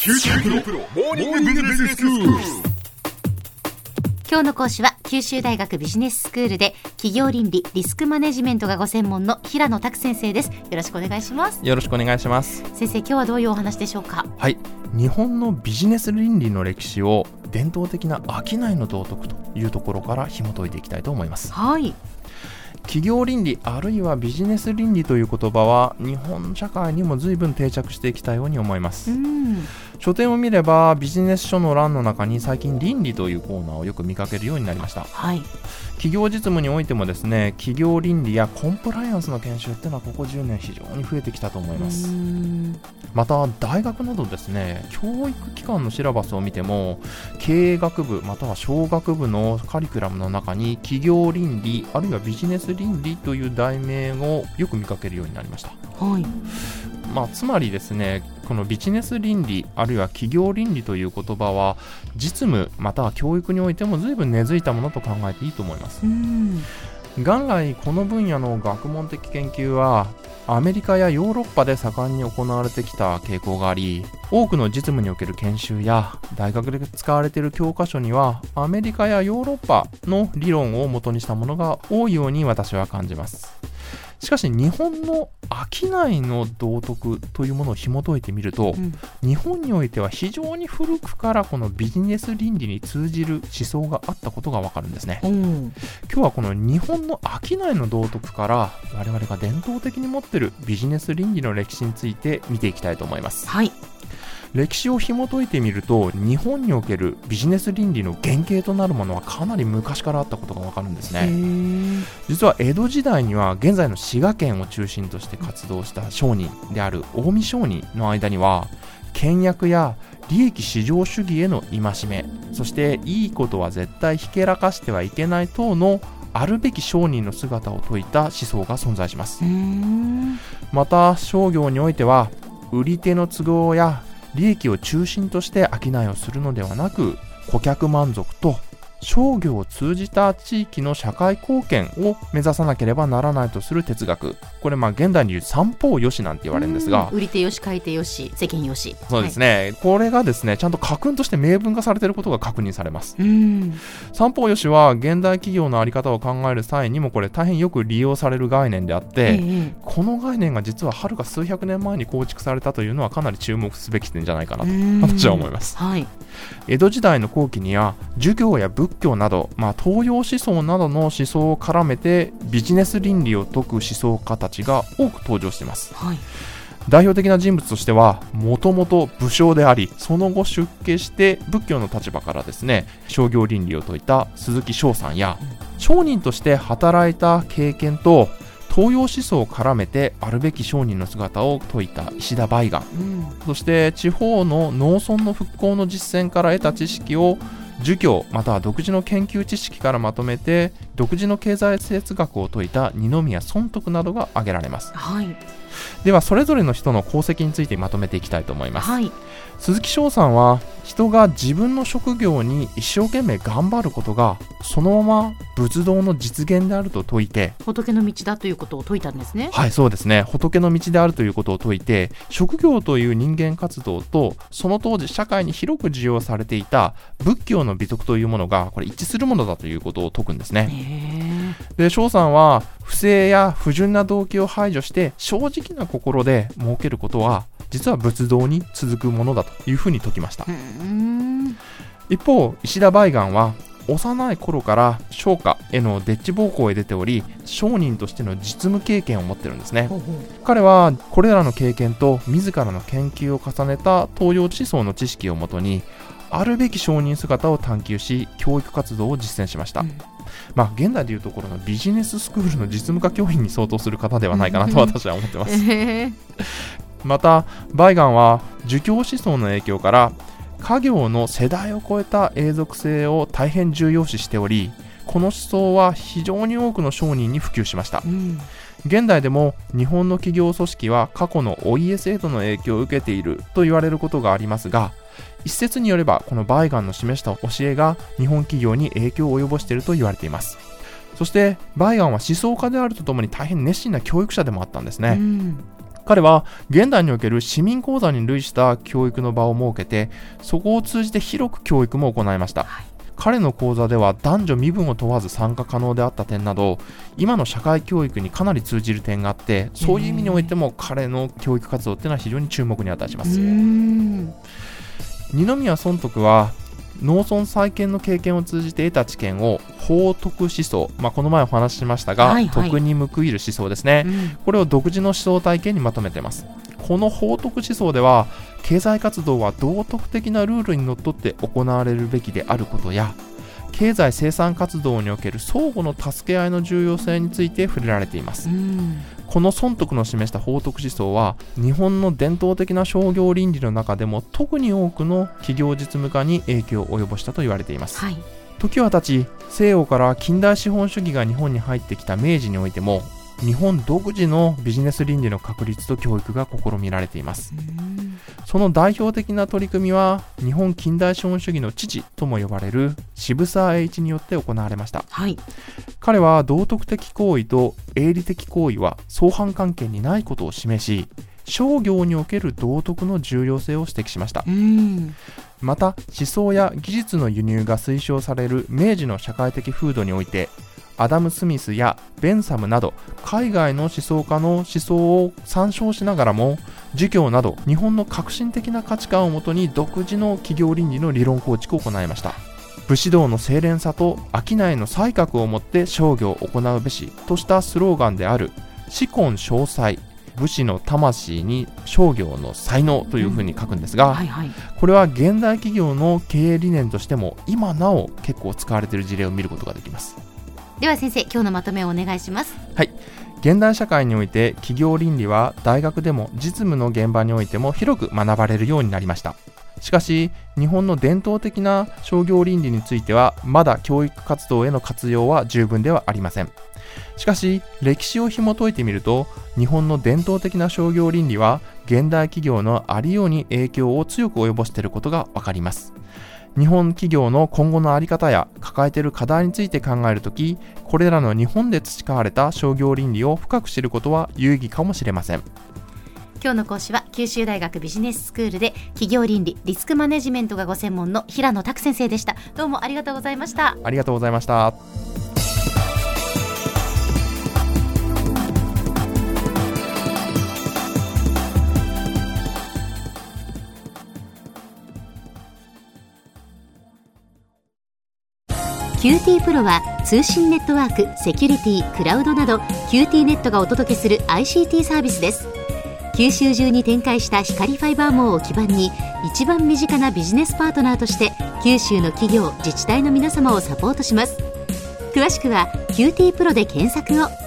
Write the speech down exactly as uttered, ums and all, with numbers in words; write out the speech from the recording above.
九州大学モーニングビジネススクール。 今日の講師は九州大学ビジネススクールで企業倫理リスクマネジメントがご専門の平野拓先生です。よろしくお願いします。 よろしくお願いします。 先生、今日はどういうお話でしょうか？ はい、日本のビジネス倫理の歴史を伝統的な商いの道徳というところから紐解いていきたいと思います。 はい。 企業倫理あるいはビジネス倫理という言葉は日本社会にも随分定着してきたように思います。 うん書店を見ればビジネス書の欄の中に最近倫理というコーナーをよく見かけるようになりました。 はい。 企業実務においてもですね、企業倫理やコンプライアンスの研修っていうのはここじゅうねん非常に増えてきたと思います。 うんまた大学などですね、教育機関のシラバスを見ても経営学部または商学部のカリキュラムの中に企業倫理あるいはビジネス倫理という題名をよく見かけるようになりました。 はい。 まあ、つまりですね、このビジネス倫理あるいは企業倫理という言葉は実務または教育においても随分根付いたものと考えていいと思います。 うん元来この分野の学問的研究はアメリカやヨーロッパで盛んに行われてきた傾向があり、多くの実務における研修や大学で使われている教科書にはアメリカやヨーロッパの理論を元にしたものが多いように私は感じます。しかし日本の商いの道徳というものを紐解いてみると、うん、日本においては非常に古くからこのビジネス倫理に通じる思想があったことがわかるんですね。うん、今日はこの日本の商いの道徳から我々が伝統的に持っているビジネス倫理の歴史について見ていきたいと思います。 はい。 歴史を紐解いてみると日本におけるビジネス倫理の原型となるものはかなり昔からあったことがわかるんですね。実は江戸時代には現在の滋賀県を中心として活動した商人である近江商人の間には倹約や利益至上主義への戒め、そしていいことは絶対ひけらかしてはいけない等のあるべき商人の姿を説いた思想が存在します。また商業においては売り手の都合や利益を中心として商いをするのではなく、顧客満足と商業を通じた地域の社会貢献を目指さなければならないとする哲学、これまあ現代に言う三方よしなんて言われるんですが、 売り手よし買い手よし世間よし、 そうですね、はい、これがですねちゃんと家訓として明文化されていることが確認されます。うん三方よしは現代企業の在り方を考える際にもこれ大変よく利用される概念であって、ええ、この概念が実ははるか数百年前に構築されたというのはかなり注目すべき点じゃないかなと私は思います。 はい、 江戸時代の後期には儒教や仏教など、まあ、東洋思想などの思想を絡めてビジネス倫理を説く思想家たちが多く登場しています。はい、代表的な人物としてはもともと武将でありその後出家して仏教の立場からですね商業倫理を説いた鈴木正さんや、商人として働いた経験と東洋思想を絡めてあるべき商人の姿を説いた石田梅岩、うん、そして地方の農村の復興の実践から得た知識を儒教または独自の研究知識からまとめて独自の経済哲学を説いた二宮尊徳などが挙げられます。 はい、 ではそれぞれの人の功績についてまとめていきたいと思います。 はい、 鈴木正さんは人が自分の職業に一生懸命頑張ることがそのまま仏道の実現であると説いて、 仏の道だということを説いたんですね。 はい、そうですね、仏の道であるということを説いて、職業という人間活動とその当時社会に広く受容されていた仏教の美徳というものがこれ一致するものだということを説くんですね。で正さんは不正や不純な動機を排除して正直な心で設けることは実は仏道に続くものだというふうに説きました。一方石田梅岩は幼い頃から商家へのデッチ奉公へ出ており商人としての実務経験を持ってるんですね。ほうほう、彼はこれらの経験と自らの研究を重ねた東洋思想の知識をもとにあるべき商人姿を探求し教育活動を実践しました。うん、まあ現代でいうところのビジネススクールの実務家教員に相当する方ではないかなと私は思ってます。また梅岩は儒教思想の影響から家業の世代を超えた永続性を大変重要視しており、この思想は非常に多くの商人に普及しました。うん、現代でも日本の企業組織は過去のお家制度の影響を受けていると言われることがありますが、一説によればこの梅岩の示した教えが日本企業に影響を及ぼしていると言われています。そして梅岩は思想家であるとともに大変熱心な教育者でもあったんですね。うん、 彼は現代における市民講座に類した教育の場を設けて、そこを通じて広く教育も行いました。はい、彼の講座では男女身分を問わず参加可能であった点など、今の社会教育にかなり通じる点があって、そういう意味においても彼の教育活動っていうのは非常に注目に値します。二宮尊徳は農村再建の経験を通じて得た知見を法徳思想、まあ、この前お話ししましたが、はいはい、徳に報いる思想ですね、うん、これを独自の思想体系にまとめています。この法徳思想では、経済活動は道徳的なルールにのっとって行われるべきであることや、経済生産活動における相互の助け合いの重要性について触れられています。うん、この尊徳の示した法徳思想は、日本の伝統的な商業倫理の中でも特に多くの企業実務家に影響を及ぼしたと言われています。はい、時は経ち、西洋から近代資本主義が日本に入ってきた明治においても、日本独自のビジネス倫理の確立と教育が試みられています。その代表的な取り組みは、日本近代資本主義の父とも呼ばれる渋沢栄一によって行われました。はい、彼は道徳的行為と営利的行為は相反関係にないことを示し、商業における道徳の重要性を指摘しました。うんまた、思想や技術の輸入が推奨される明治の社会的風土において、アダム・スミスやベンサムなど海外の思想家の思想を参照しながらも、儒教など日本の革新的な価値観をもとに独自の企業倫理の理論構築を行いました。武士道の清廉さと商いの才覚をもって商業を行うべしとしたスローガンである士魂詳細、武士の魂に商業の才能というふうに書くんですが、うんはいはい、これは現代企業の経営理念としても今なお結構使われている事例を見ることができます。 では先生、今日のまとめをお願いします。 はい、現代社会において企業倫理は大学でも実務の現場においても広く学ばれるようになりました。しかし、日本の伝統的な商業倫理についてはまだ教育活動への活用は十分ではありません。しかし、歴史を紐解いてみると、日本の伝統的な商業倫理は現代企業のありように影響を強く及ぼしていることがわかります。日本企業の今後の在り方や抱えている課題について考えるとき、これらの日本で培われた商業倫理を深く知ることは有意義かもしれません。 今日の講師は九州大学ビジネススクールで企業倫理・リスクマネジメントがご専門の平野拓先生でした。どうもありがとうございました。 ありがとうございました。 キューティー プロは通信ネットワーク、セキュリティ、クラウドなど キューティー ネットがお届けする アイシーティー サービスです。九州中に展開した光ファイバー網を基盤に、一番身近なビジネスパートナーとして九州の企業・自治体の皆様をサポートします。詳しくは キューティー プロで検索を。